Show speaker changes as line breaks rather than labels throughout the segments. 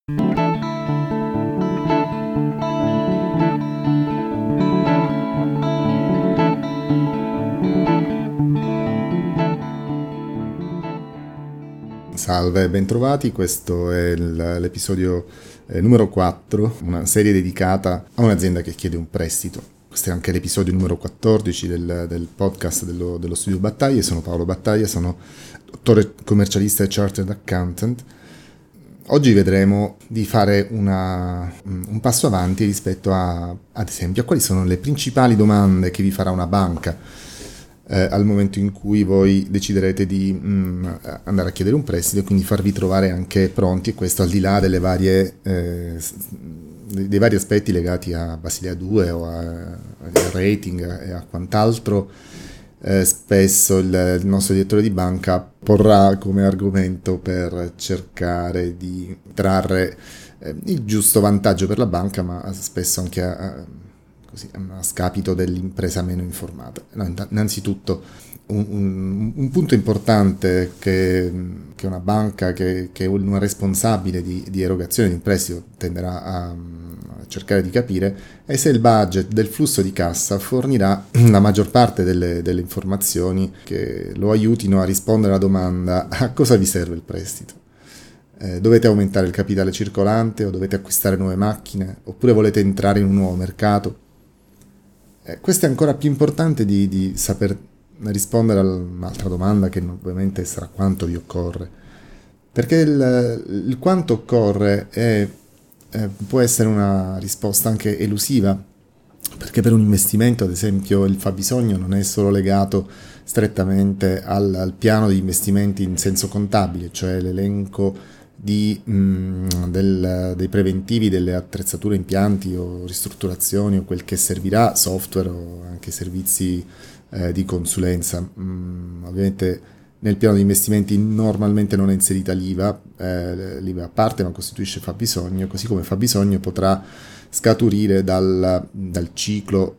Salve, bentrovati, questo è l'episodio numero 4, una serie dedicata a un'azienda che chiede un prestito. Questo è anche l'episodio numero 14 del podcast dello studio Battaglia. Sono Paolo Battaglia, sono dottore commercialista e chartered accountant. Oggi vedremo di fare un passo avanti rispetto ad esempio, a quali sono le principali domande che vi farà una banca al momento in cui voi deciderete di andare a chiedere un prestito e quindi farvi trovare anche pronti, e questo al di là dei vari aspetti legati a Basilea 2 o al rating e a quant'altro. Spesso il nostro direttore di banca porrà come argomento per cercare di trarre il giusto vantaggio per la banca, ma spesso anche a scapito dell'impresa meno informata. No, innanzitutto un punto importante che una banca, che è un responsabile di erogazione di un prestito tenderà a cercare di capire è se il budget del flusso di cassa fornirà la maggior parte delle informazioni che lo aiutino a rispondere alla domanda: a cosa vi serve il prestito? Dovete aumentare il capitale circolante, o dovete acquistare nuove macchine, oppure volete entrare in un nuovo mercato? Questo è ancora più importante di saper rispondere a un'altra domanda, che ovviamente sarà: quanto vi occorre? Perché il quanto occorre può essere una risposta anche elusiva, perché per un investimento, ad esempio, il fabbisogno non è solo legato strettamente al piano di investimenti in senso contabile, cioè l'elenco dei preventivi, delle attrezzature, impianti o ristrutturazioni o quel che servirà, software o anche servizi di consulenza. Ovviamente nel piano di investimenti normalmente non è inserita l'IVA, l'IVA a parte, ma costituisce fabbisogno, così come fabbisogno potrà scaturire dal ciclo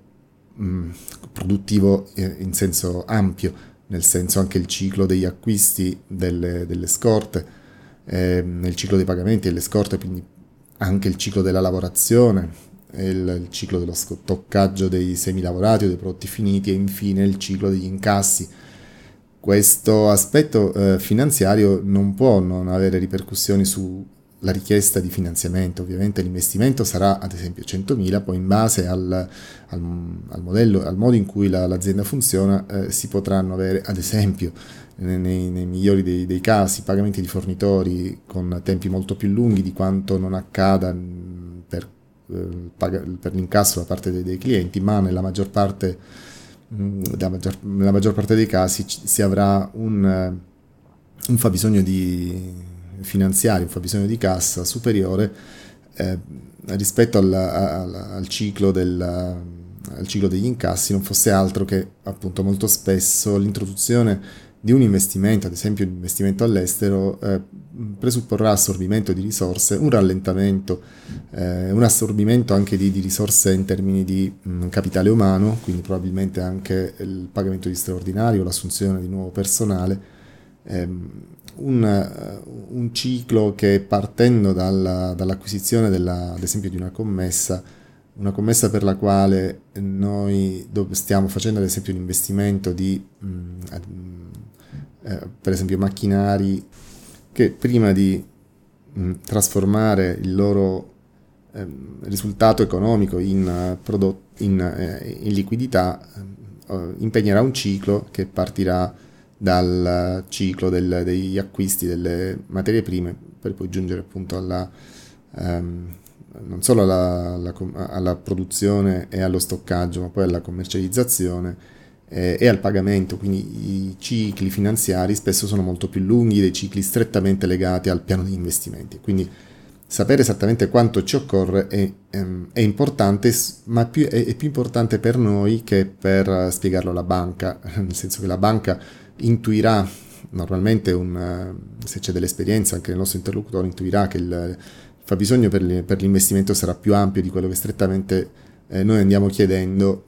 produttivo in senso ampio, nel senso anche il ciclo degli acquisti, delle scorte, nel ciclo dei pagamenti e le scorte, quindi anche il ciclo della lavorazione, il ciclo dello stoccaggio dei semilavorati o dei prodotti finiti, e infine il ciclo degli incassi. Questo aspetto finanziario non può non avere ripercussioni sulla richiesta di finanziamento. Ovviamente l'investimento sarà ad esempio 100.000, poi in base al modello, al modo in cui l'azienda funziona, si potranno avere ad esempio nei migliori dei casi pagamenti di fornitori con tempi molto più lunghi di quanto non accada per l'incasso da parte dei clienti, ma nella maggior parte dei casi si avrà un fabbisogno finanziario, un fabbisogno di cassa superiore rispetto al ciclo degli incassi, non fosse altro che appunto molto spesso l'introduzione di un investimento, ad esempio un investimento all'estero, presupporrà assorbimento di risorse, un rallentamento, un assorbimento anche di risorse in termini di capitale umano, quindi probabilmente anche il pagamento di straordinario, l'assunzione di nuovo personale, un ciclo che, partendo dall'acquisizione ad esempio di una commessa per la quale noi stiamo facendo ad esempio un investimento di per esempio macchinari, che prima di trasformare il loro risultato economico in liquidità, impegnerà un ciclo che partirà dal ciclo degli acquisti delle materie prime, per poi giungere appunto non solo alla produzione e allo stoccaggio, ma poi alla commercializzazione e al pagamento. Quindi i cicli finanziari spesso sono molto più lunghi dei cicli strettamente legati al piano di investimenti. Quindi sapere esattamente quanto ci occorre è importante, ma è più importante per noi che per spiegarlo alla banca, nel senso che la banca intuirà normalmente, se c'è dell'esperienza anche nel nostro interlocutore, intuirà che il fabbisogno per l'investimento sarà più ampio di quello che strettamente noi andiamo chiedendo.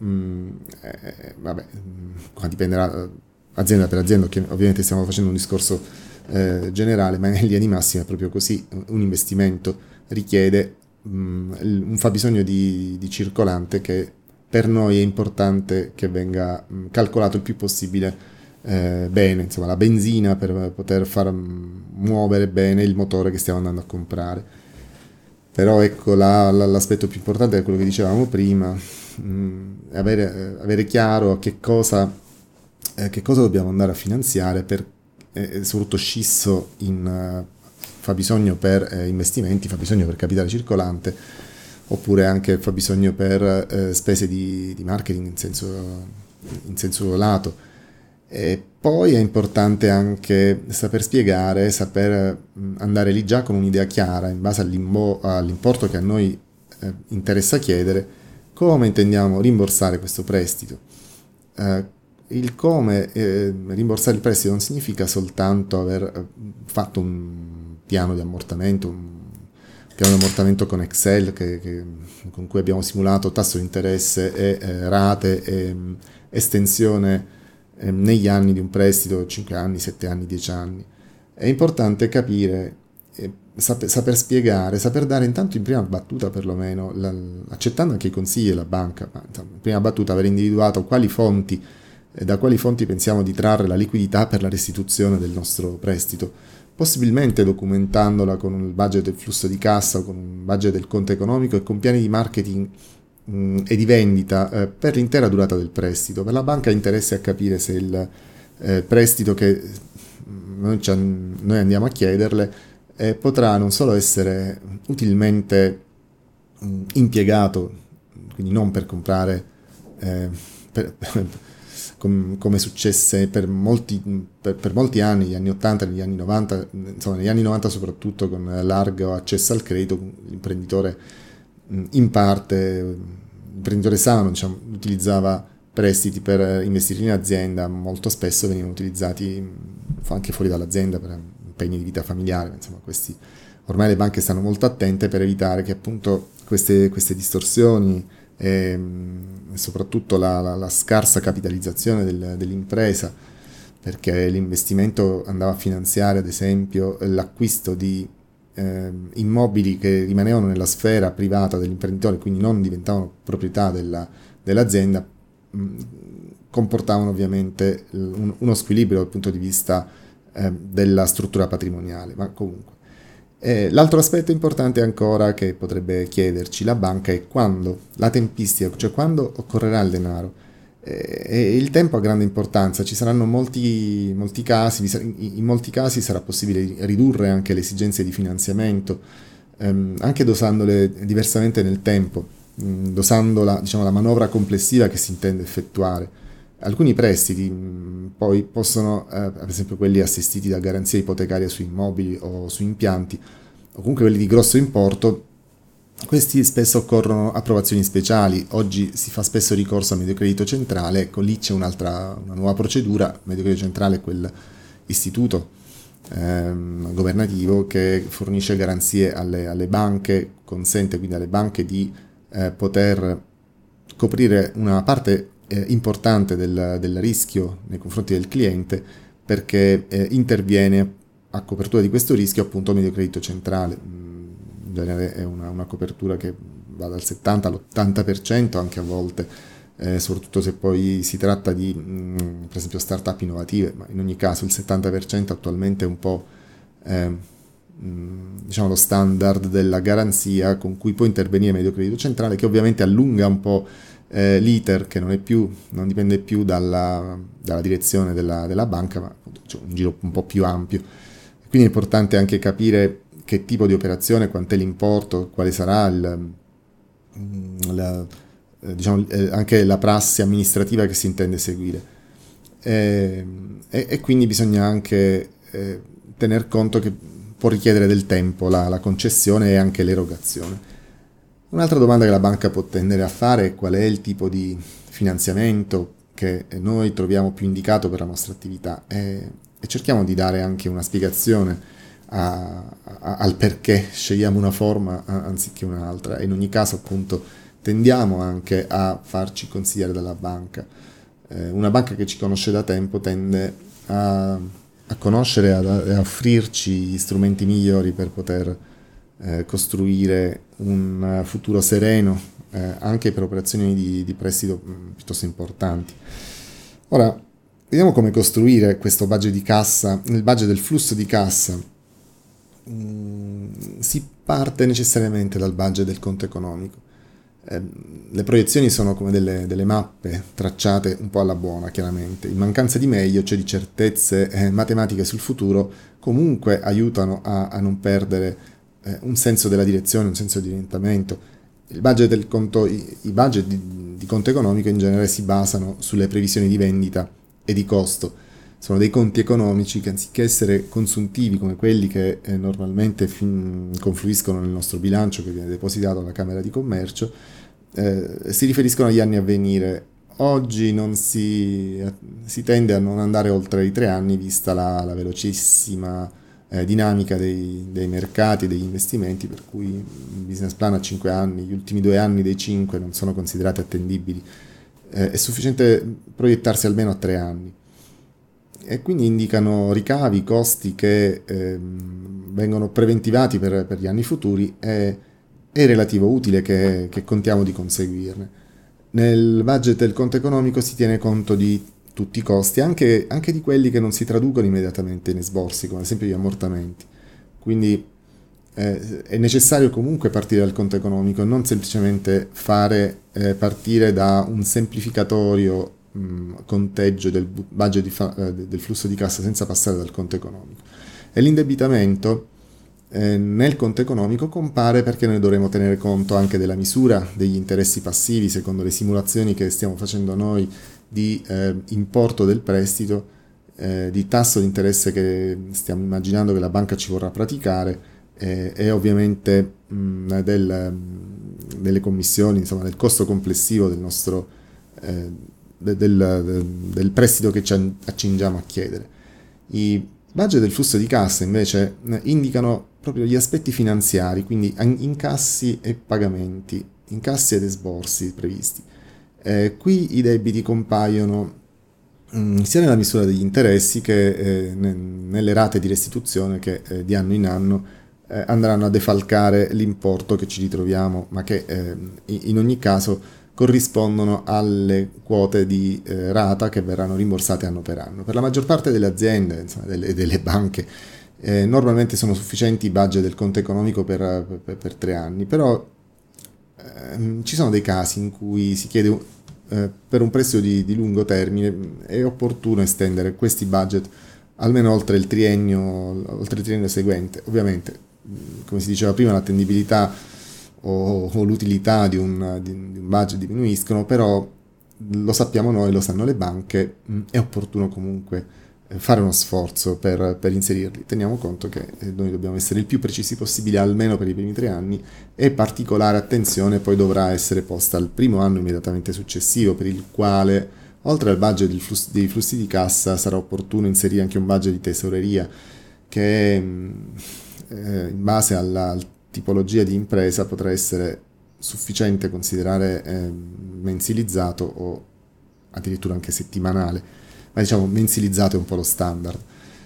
Qua dipenderà azienda per azienda, ovviamente stiamo facendo un discorso generale, ma in linea di massima è proprio così. Un investimento richiede un fabbisogno di circolante che per noi è importante che venga calcolato il più possibile bene, insomma la benzina per poter far muovere bene il motore che stiamo andando a comprare. Però ecco l'aspetto più importante è quello che dicevamo prima, avere chiaro che cosa dobbiamo andare a finanziare per soprattutto scisso in fabbisogno per investimenti, fabbisogno per capitale circolante, oppure anche fabbisogno per spese di marketing in senso lato. E poi è importante anche saper spiegare, saper andare lì già con un'idea chiara in base all'importo che a noi interessa chiedere, come intendiamo rimborsare questo prestito. Il come rimborsare il prestito non significa soltanto aver fatto un piano di ammortamento, con Excel con cui abbiamo simulato tasso di interesse e rate e estensione negli anni di un prestito, 5 anni, 7 anni, 10 anni. È importante capire, saper spiegare, saper dare intanto in prima battuta perlomeno, accettando anche i consigli della banca, ma insomma, in prima battuta aver individuato da quali fonti pensiamo di trarre la liquidità per la restituzione del nostro prestito, possibilmente documentandola con un budget del flusso di cassa o con un budget del conto economico e con piani di marketing e di vendita per l'intera durata del prestito. Per la banca interessa a capire se il prestito che noi andiamo a chiederle potrà non solo essere utilmente impiegato, quindi non per comprare come successe per molti anni, negli anni 80, negli anni 90, insomma negli anni 90 soprattutto, con largo accesso al credito, l'imprenditore in parte, l'imprenditore sano, diciamo, utilizzava prestiti per investire in azienda, molto spesso venivano utilizzati anche fuori dall'azienda per impegni di vita familiare, insomma ormai le banche stanno molto attente per evitare che appunto queste distorsioni e soprattutto la scarsa capitalizzazione dell'impresa, perché l'investimento andava a finanziare ad esempio l'acquisto di immobili che rimanevano nella sfera privata dell'imprenditore, quindi non diventavano proprietà dell'azienda, comportavano ovviamente uno squilibrio dal punto di vista della struttura patrimoniale, ma comunque. L'altro aspetto importante ancora che potrebbe chiederci la banca è quando, la tempistica, cioè quando occorrerà il denaro. E il tempo ha grande importanza, ci saranno molti casi, in molti casi sarà possibile ridurre anche le esigenze di finanziamento, anche dosandole diversamente nel tempo, dosando la manovra complessiva che si intende effettuare. Alcuni prestiti poi possono, ad esempio quelli assistiti da garanzia ipotecaria su immobili o su impianti, o comunque quelli di grosso importo, questi spesso occorrono approvazioni speciali. Oggi si fa spesso ricorso al Mediocredito Centrale, ecco lì c'è una nuova procedura. Il Mediocredito Centrale è quel istituto governativo che fornisce garanzie alle banche, consente quindi alle banche di poter coprire una parte importante del rischio nei confronti del cliente, perché interviene a copertura di questo rischio appunto il Mediocredito Centrale. In genere è una copertura che va dal 70 all'80% anche a volte, soprattutto se poi si tratta di per esempio start-up innovative, ma in ogni caso il 70% attualmente è un po' diciamo lo standard della garanzia con cui può intervenire il Mediocredito Centrale, che ovviamente allunga un po' l'iter, che non dipende più dalla direzione della banca, ma c'è un giro un po' più ampio. Quindi è importante anche capire che tipo di operazione, quant'è l'importo, quale sarà anche la prassi amministrativa che si intende seguire. E quindi bisogna anche tener conto che può richiedere del tempo la concessione e anche l'erogazione. Un'altra domanda che la banca può tendere a fare è qual è il tipo di finanziamento che noi troviamo più indicato per la nostra attività, e cerchiamo di dare anche una spiegazione al perché scegliamo una forma anziché un'altra, e in ogni caso appunto tendiamo anche a farci consigliare dalla banca. Una banca che ci conosce da tempo tende a conoscere e a offrirci strumenti migliori per poter costruire un futuro sereno anche per operazioni di prestito piuttosto importanti. Ora, vediamo come costruire questo budget di cassa, il budget del flusso di cassa. Si parte necessariamente dal budget del conto economico. Le proiezioni sono come delle mappe tracciate un po' alla buona, chiaramente. In mancanza di meglio, cioè di certezze matematiche sul futuro, comunque aiutano a non perdere un senso della direzione, un senso di orientamento. I budget di conto economico in genere si basano sulle previsioni di vendita e di costo. Sono dei conti economici che, anziché essere consuntivi come quelli che normalmente confluiscono nel nostro bilancio che viene depositato alla Camera di Commercio, si riferiscono agli anni a venire. Oggi non si tende a non andare oltre i 3 anni, vista la velocissima dinamica dei mercati e degli investimenti, per cui un business plan a 5 anni, gli ultimi 2 anni dei 5 non sono considerati attendibili. È sufficiente proiettarsi almeno a 3 anni. E quindi indicano ricavi, costi che vengono preventivati per gli anni futuri e il relativo utile che contiamo di conseguirne. Nel budget del conto economico si tiene conto di tutti i costi, anche di quelli che non si traducono immediatamente in esborsi, come ad esempio gli ammortamenti. Quindi è necessario comunque partire dal conto economico, non semplicemente fare partire da un semplificatorio conteggio del budget del flusso di cassa senza passare dal conto economico. E l'indebitamento nel conto economico compare perché noi dovremo tenere conto anche della misura degli interessi passivi secondo le simulazioni che stiamo facendo noi di importo del prestito, di tasso di interesse che stiamo immaginando che la banca ci vorrà praticare e ovviamente delle commissioni, insomma del costo complessivo del nostro del prestito che ci accingiamo a chiedere. I budget del flusso di cassa invece indicano proprio gli aspetti finanziari, quindi incassi e pagamenti, incassi ed esborsi previsti. Qui i debiti compaiono sia nella misura degli interessi che nelle rate di restituzione che di anno in anno andranno a defalcare l'importo che ci ritroviamo, ma che in ogni caso corrispondono alle quote di rata che verranno rimborsate anno per anno. Per la maggior parte delle aziende, insomma, delle banche, normalmente sono sufficienti i budget del conto economico per 3 anni, però ci sono dei casi in cui si chiede per un prestito di lungo termine è opportuno estendere questi budget almeno oltre il triennio seguente. Ovviamente, come si diceva prima, l'attendibilità o l'utilità di un budget diminuiscono, però lo sappiamo noi, lo sanno le banche, è opportuno comunque fare uno sforzo per inserirli. Teniamo conto che noi dobbiamo essere il più precisi possibile almeno per i primi 3 anni e particolare attenzione poi dovrà essere posta al primo anno immediatamente successivo, per il quale oltre al budget dei flussi di cassa sarà opportuno inserire anche un budget di tesoreria che in base alla tipologia di impresa potrà essere sufficiente considerare mensilizzato o addirittura anche settimanale, ma diciamo mensilizzato è un po' lo standard.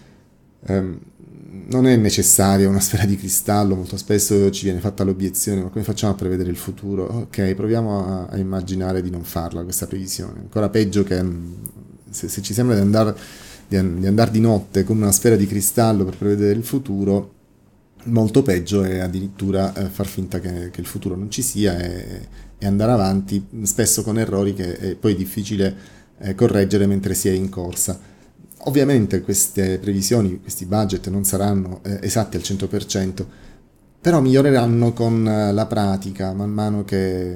Non è necessaria una sfera di cristallo, molto spesso ci viene fatta l'obiezione: ma come facciamo a prevedere il futuro? Ok, proviamo a immaginare di non farla questa previsione, ancora peggio che se ci sembra di andare di notte con una sfera di cristallo per prevedere il futuro. Molto peggio è addirittura far finta che il futuro non ci sia e andare avanti, spesso con errori che è poi difficile correggere mentre si è in corsa. Ovviamente queste previsioni, questi budget non saranno esatti al 100%, però miglioreranno con la pratica man mano che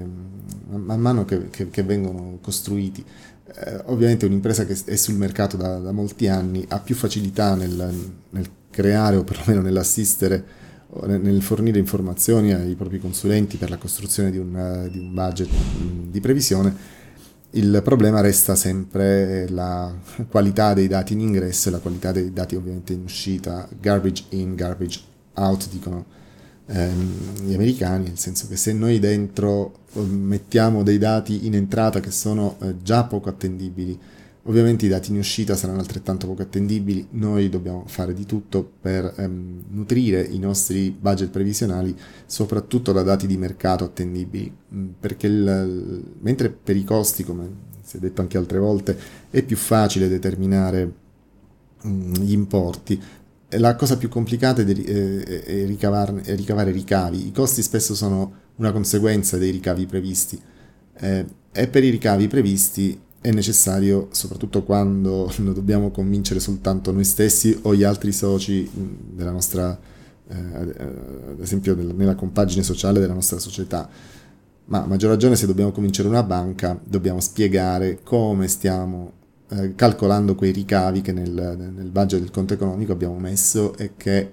vengono costruiti. Ovviamente un'impresa che è sul mercato da molti anni ha più facilità nel creare o perlomeno nell'assistere o nel fornire informazioni ai propri consulenti per la costruzione di un budget di previsione. Il problema resta sempre la qualità dei dati in ingresso e la qualità dei dati ovviamente in uscita, garbage in, garbage out, dicono gli americani, nel senso che se noi dentro mettiamo dei dati in entrata che sono già poco attendibili, Ovviamente i dati in uscita saranno altrettanto poco attendibili, noi dobbiamo fare di tutto per nutrire i nostri budget previsionali soprattutto da dati di mercato attendibili, perché mentre per i costi, come si è detto anche altre volte, è più facile determinare gli importi, la cosa più complicata è ricavare ricavi. I costi spesso sono una conseguenza dei ricavi previsti, e per i ricavi previsti è necessario, soprattutto quando lo dobbiamo convincere soltanto noi stessi o gli altri soci della nostra, ad esempio nella compagine sociale della nostra società, ma a maggior ragione se dobbiamo convincere una banca dobbiamo spiegare come stiamo calcolando quei ricavi che nel budget del conto economico abbiamo messo e che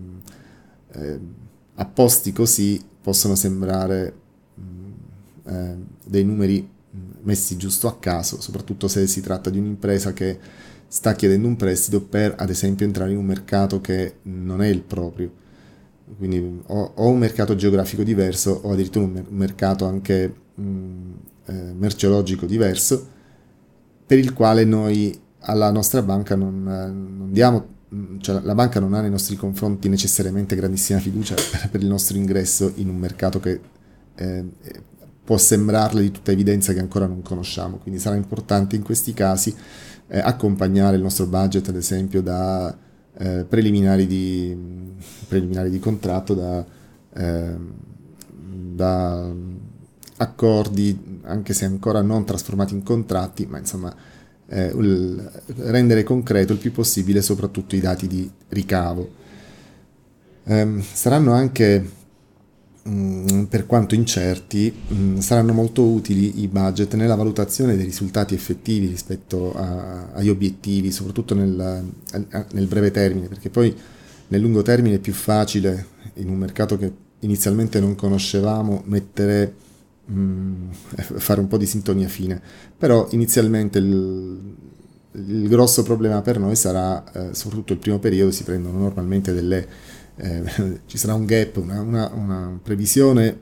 apposti così possono sembrare dei numeri messi giusto a caso, soprattutto se si tratta di un'impresa che sta chiedendo un prestito per, ad esempio, entrare in un mercato che non è il proprio. Quindi o un mercato geografico diverso o addirittura un mercato anche merceologico diverso, per il quale noi alla nostra banca non diamo, cioè la banca non ha nei nostri confronti necessariamente grandissima fiducia per il nostro ingresso in un mercato che può sembrarle di tutta evidenza che ancora non conosciamo. Quindi sarà importante in questi casi accompagnare il nostro budget, ad esempio, da preliminari di contratto, da accordi, anche se ancora non trasformati in contratti, ma insomma rendere concreto il più possibile soprattutto i dati di ricavo. Saranno anche, per quanto incerti, saranno molto utili i budget nella valutazione dei risultati effettivi rispetto agli obiettivi, soprattutto nel breve termine, perché poi nel lungo termine è più facile, in un mercato che inizialmente non conoscevamo, fare un po' di sintonia fine. Però inizialmente il grosso problema per noi sarà, soprattutto il primo periodo, si prendono normalmente ci sarà un gap, una previsione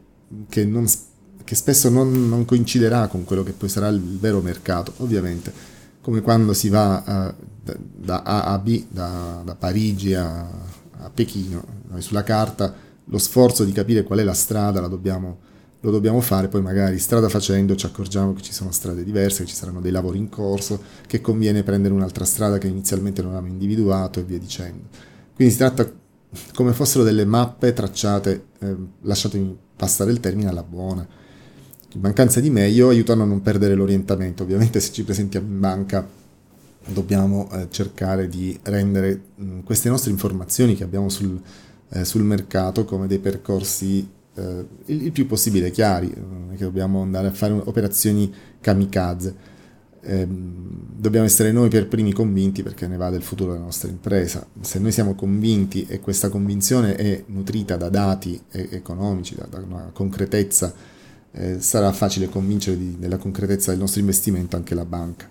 che spesso non coinciderà con quello che poi sarà il vero mercato, ovviamente, come quando si va da A a B, da Parigi a Pechino. Noi sulla carta lo sforzo di capire qual è la strada lo dobbiamo fare, poi magari strada facendo ci accorgiamo che ci sono strade diverse, che ci saranno dei lavori in corso, che conviene prendere un'altra strada che inizialmente non avevamo individuato e via dicendo. Quindi si tratta come fossero delle mappe tracciate, lasciatemi passare il termine, alla buona. In mancanza di meglio aiutano a non perdere l'orientamento. Ovviamente se ci presentiamo in banca dobbiamo cercare di rendere queste nostre informazioni che abbiamo sul mercato come dei percorsi il più possibile chiari, non è che dobbiamo andare a fare operazioni kamikaze. Dobbiamo essere noi per primi convinti, perché ne va del futuro della nostra impresa. Se noi siamo convinti e questa convinzione è nutrita da dati economici, da una concretezza, sarà facile convincere della concretezza del nostro investimento anche la banca.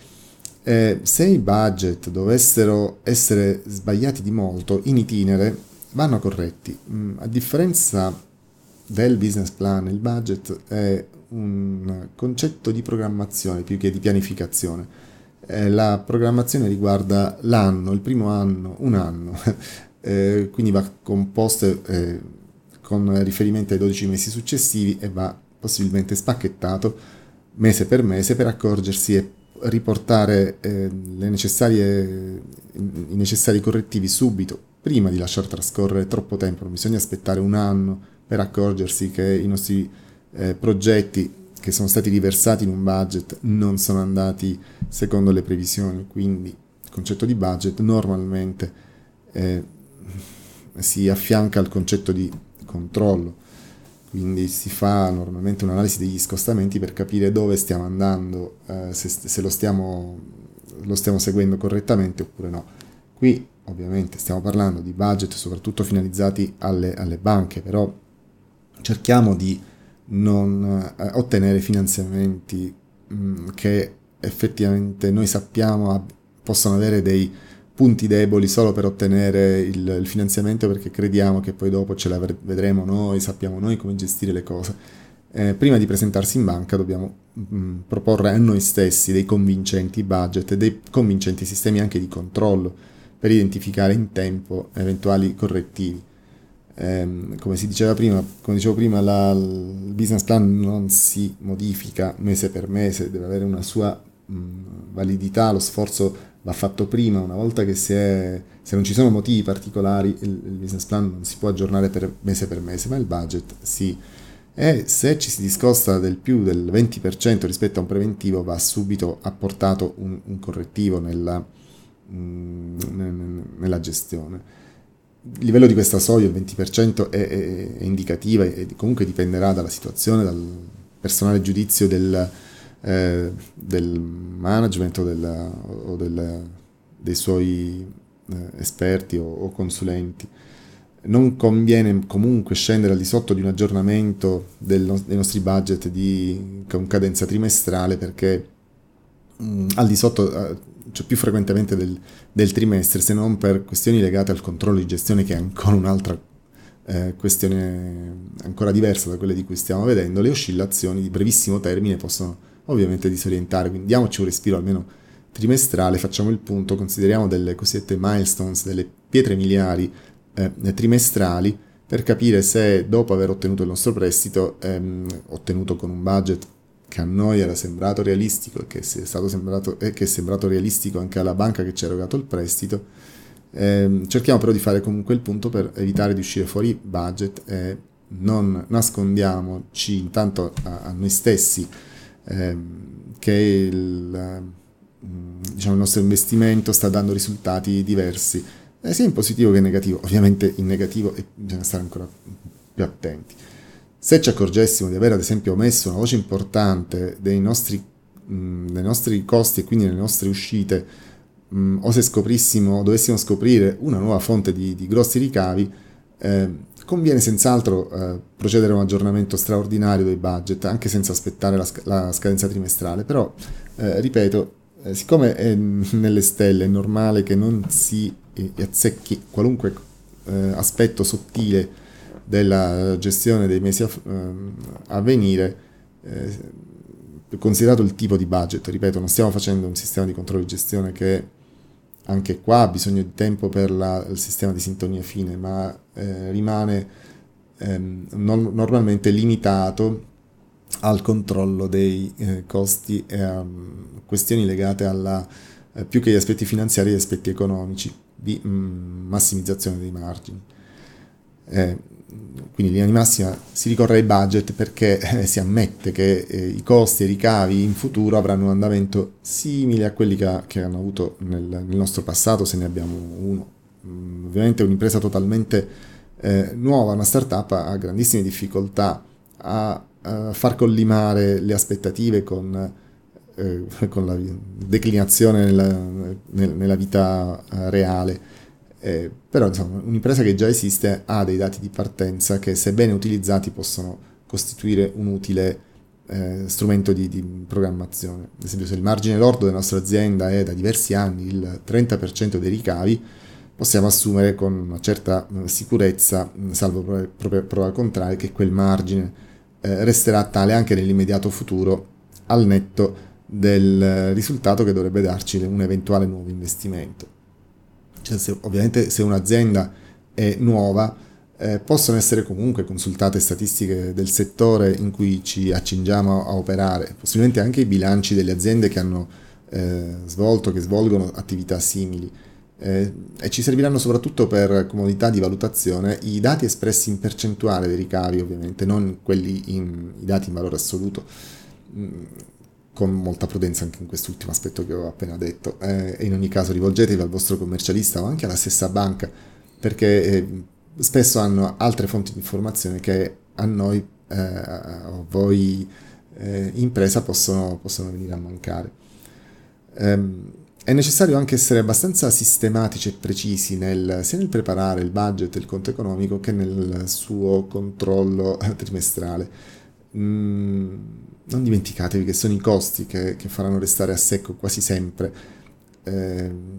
Se i budget dovessero essere sbagliati di molto, in itinere vanno corretti. A differenza del business plan, il budget è un concetto di programmazione più che di pianificazione. La programmazione riguarda l'anno, il primo anno, un anno, quindi va composto con riferimento ai 12 mesi successivi e va possibilmente spacchettato mese per mese per accorgersi e riportare i necessari correttivi subito, prima di lasciar trascorrere troppo tempo. Non bisogna aspettare un anno per accorgersi che i nostri progetti che sono stati riversati in un budget non sono andati secondo le previsioni. Quindi il concetto di budget normalmente si affianca al concetto di controllo, quindi si fa normalmente un'analisi degli scostamenti per capire dove stiamo andando, se lo stiamo seguendo correttamente oppure no. Qui ovviamente stiamo parlando di budget soprattutto finalizzati alle banche, però cerchiamo di non ottenere finanziamenti che effettivamente noi sappiamo possono avere dei punti deboli solo per ottenere il finanziamento, perché crediamo che poi dopo ce la vedremo noi, sappiamo noi come gestire le cose. prima di presentarsi in banca dobbiamo proporre a noi stessi dei convincenti budget e dei convincenti sistemi anche di controllo per identificare in tempo eventuali correttivi. Come dicevo prima, il business plan non si modifica mese per mese, deve avere una sua validità, lo sforzo va fatto prima, una volta che se non ci sono motivi particolari il business plan non si può aggiornare per mese, ma il budget sì. E se ci si discosta del più del 20% rispetto a un preventivo va subito apportato un correttivo nella gestione. Il livello di questa soglia, il 20%, è indicativa e comunque dipenderà dalla situazione, dal personale giudizio del management dei suoi esperti o consulenti. Non conviene comunque scendere al di sotto di un aggiornamento dei nostri budget con cadenza trimestrale, perché al di sotto, cioè più frequentemente del trimestre, se non per questioni legate al controllo di gestione, che è ancora un'altra questione ancora diversa da quelle di cui stiamo vedendo, le oscillazioni di brevissimo termine possono ovviamente disorientare, quindi diamoci un respiro almeno trimestrale, facciamo il punto, consideriamo delle cosiddette milestones, delle pietre miliari trimestrali, per capire se dopo aver ottenuto il nostro prestito, ottenuto con un budget che a noi era sembrato realistico e che è sembrato realistico anche alla banca che ci ha erogato il prestito, cerchiamo però di fare comunque il punto per evitare di uscire fuori budget e non nascondiamoci intanto a noi stessi che il nostro investimento sta dando risultati diversi, sia in positivo che in negativo. Ovviamente in negativo bisogna stare ancora più attenti. Se ci accorgessimo di aver ad esempio omesso una voce importante dei nostri costi e quindi delle nostre uscite, o se dovessimo scoprire una nuova fonte di grossi ricavi, conviene senz'altro procedere a un aggiornamento straordinario dei budget, anche senza aspettare la scadenza trimestrale. Però, ripeto, siccome è nelle stelle, è normale che non si azzecchi qualunque aspetto sottile della gestione dei mesi a venire, considerato il tipo di budget. Ripeto, non stiamo facendo un sistema di controllo di gestione che anche qua ha bisogno di tempo per il sistema di sintonia fine, ma rimane normalmente limitato al controllo dei costi e a questioni legate più che agli aspetti finanziari, agli aspetti economici di massimizzazione dei margini. Quindi in linea di massima si ricorre ai budget perché si ammette che i costi e i ricavi in futuro avranno un andamento simile a quelli che hanno avuto nel nostro passato, se ne abbiamo uno. Ovviamente un'impresa totalmente nuova, una startup, ha grandissime difficoltà a far collimare le aspettative con la declinazione nella vita reale. Però insomma, un'impresa che già esiste ha dei dati di partenza che, se ben utilizzati, possono costituire un utile strumento di programmazione. Ad esempio, se il margine lordo della nostra azienda è da diversi anni il 30% dei ricavi, possiamo assumere con una certa sicurezza, salvo prova contraria, che quel margine resterà tale anche nell'immediato futuro, al netto del risultato che dovrebbe darci un eventuale nuovo investimento. Ovviamente se un'azienda è nuova, possono essere comunque consultate statistiche del settore in cui ci accingiamo a operare, possibilmente anche i bilanci delle aziende che hanno che svolgono attività simili, e ci serviranno soprattutto per comodità di valutazione i dati espressi in percentuale dei ricavi, ovviamente, non i dati in valore assoluto, con molta prudenza anche in quest'ultimo aspetto che ho appena detto. E in ogni caso rivolgetevi al vostro commercialista o anche alla stessa banca, perché spesso hanno altre fonti di informazione che a noi o a voi impresa possono venire a mancare. È necessario anche essere abbastanza sistematici e precisi sia nel preparare il budget e il conto economico che nel suo controllo trimestrale. Non dimenticatevi che sono i costi che faranno restare a secco quasi sempre,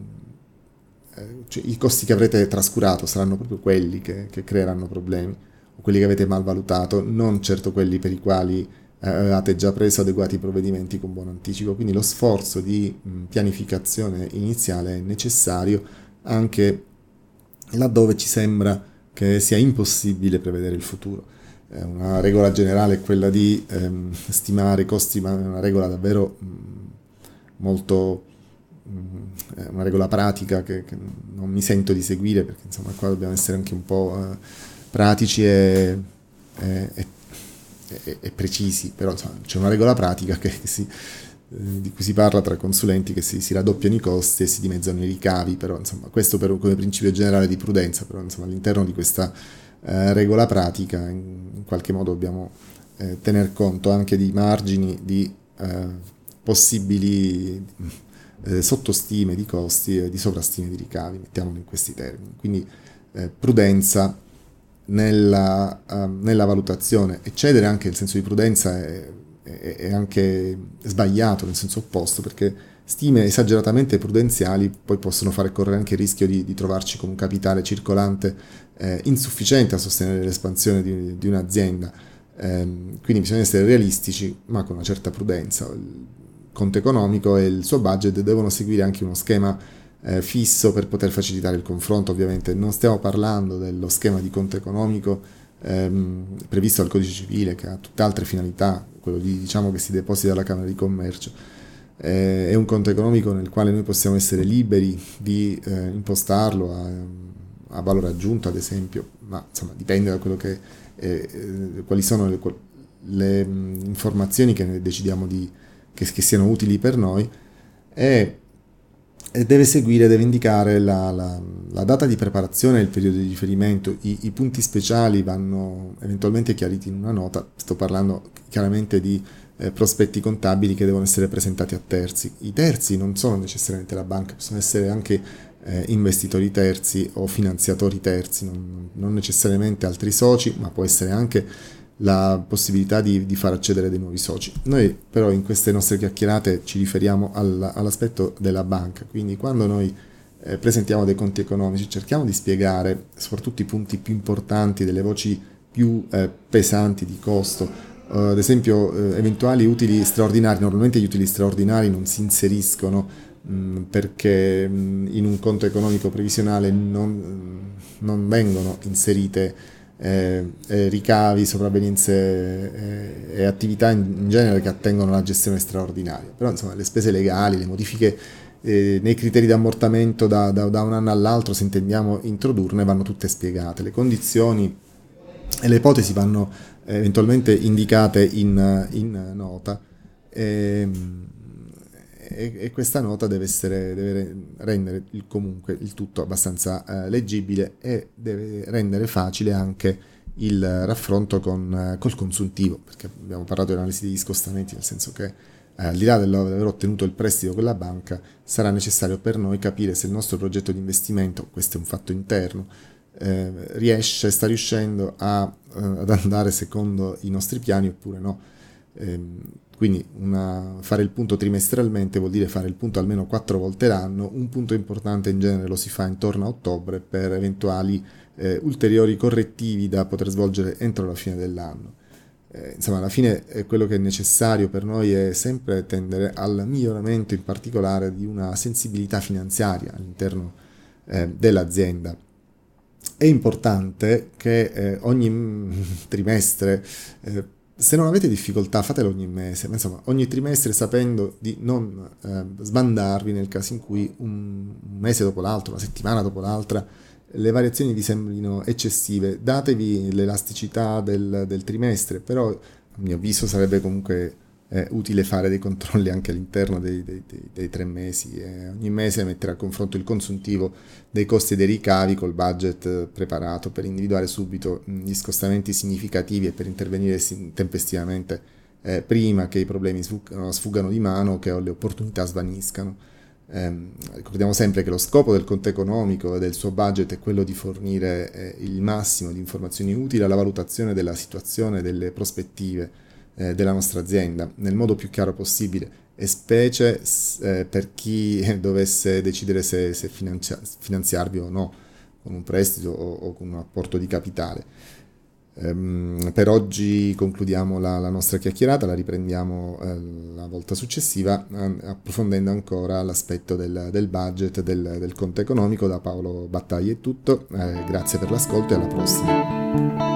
cioè i costi che avrete trascurato saranno proprio quelli che creeranno problemi. o quelli che avete mal valutato, non certo quelli per i quali avevate già preso adeguati provvedimenti con buon anticipo. Quindi lo sforzo di pianificazione iniziale è necessario anche laddove ci sembra che sia impossibile prevedere il futuro. Una regola generale è quella di stimare i costi, ma è una regola davvero molto una regola pratica che non mi sento di seguire, perché insomma qua dobbiamo essere anche un po' pratici e precisi, però insomma, c'è una regola pratica di cui si parla tra consulenti, che si raddoppiano i costi e si dimezzano i ricavi, però insomma questo come principio generale di prudenza, però insomma all'interno di questa regola pratica in qualche modo dobbiamo tener conto anche di margini di possibili sottostime di costi e di sovrastime di ricavi, mettiamolo in questi termini. Quindi prudenza nella valutazione. Eccedere anche nel senso di prudenza è anche sbagliato nel senso opposto, perché stime esageratamente prudenziali poi possono fare correre anche il rischio di trovarci con un capitale circolante insufficiente a sostenere l'espansione di un'azienda. Quindi bisogna essere realistici, ma con una certa prudenza. Il conto economico e il suo budget devono seguire anche uno schema fisso per poter facilitare il confronto. Ovviamente non stiamo parlando dello schema di conto economico previsto dal Codice Civile, che ha tutte altre finalità, quello diciamo che si deposita alla Camera di Commercio. È un conto economico nel quale noi possiamo essere liberi di impostarlo a valore aggiunto, ad esempio, ma insomma dipende da quello quali sono le informazioni che ne decidiamo che siano utili per noi, e deve indicare la data di preparazione e il periodo di riferimento. I punti speciali vanno eventualmente chiariti in una nota. Sto parlando chiaramente di prospetti contabili che devono essere presentati a terzi. I terzi non sono necessariamente la banca, possono essere anche investitori terzi o finanziatori terzi, non necessariamente altri soci, ma può essere anche la possibilità di far accedere dei nuovi soci. Noi però in queste nostre chiacchierate ci riferiamo all'aspetto della banca, quindi quando noi presentiamo dei conti economici cerchiamo di spiegare soprattutto i punti più importanti, delle voci più pesanti di costo, ad esempio eventuali utili straordinari. Normalmente gli utili straordinari non si inseriscono perché in un conto economico previsionale non vengono inserite ricavi, sopravvenienze e attività in genere che attengono alla gestione straordinaria. Però insomma le spese legali, le modifiche nei criteri di ammortamento da un anno all'altro, se intendiamo introdurne, vanno tutte spiegate. Le condizioni e le ipotesi vanno eventualmente indicate in nota, e questa nota deve rendere comunque il tutto abbastanza leggibile, e deve rendere facile anche il raffronto col consuntivo, perché abbiamo parlato di analisi degli scostamenti, nel senso che al di là dell'aver ottenuto il prestito con la banca, sarà necessario per noi capire se il nostro progetto di investimento, questo è un fatto interno, sta riuscendo ad andare secondo i nostri piani oppure no. Quindi fare il punto trimestralmente vuol dire fare il punto almeno 4 volte l'anno. Un punto importante in genere lo si fa intorno a ottobre per eventuali ulteriori correttivi da poter svolgere entro la fine dell'anno. Insomma, alla fine quello che è necessario per noi è sempre tendere al miglioramento, in particolare di una sensibilità finanziaria all'interno dell'azienda. È importante che ogni trimestre, se non avete difficoltà fatelo ogni mese, ma insomma ogni trimestre, sapendo di non sbandarvi nel caso in cui un mese dopo l'altro, una settimana dopo l'altra, le variazioni vi sembrino eccessive. Datevi l'elasticità del trimestre, però a mio avviso sarebbe comunque utile fare dei controlli anche all'interno dei 3 mesi, e ogni mese mettere a confronto il consuntivo dei costi e dei ricavi col budget preparato per individuare subito gli scostamenti significativi e per intervenire tempestivamente prima che i problemi sfuggano di mano o che le opportunità svaniscano. Ricordiamo sempre che lo scopo del conto economico e del suo budget è quello di fornire il massimo di informazioni utili alla valutazione della situazione e delle prospettive della nostra azienda nel modo più chiaro possibile, e specie per chi dovesse decidere se finanziarvi o no con un prestito o con un apporto di capitale. Per oggi concludiamo la nostra chiacchierata, la riprendiamo la volta successiva, approfondendo ancora l'aspetto del budget, del conto economico. Da Paolo Battaglia è tutto, grazie per l'ascolto e alla prossima.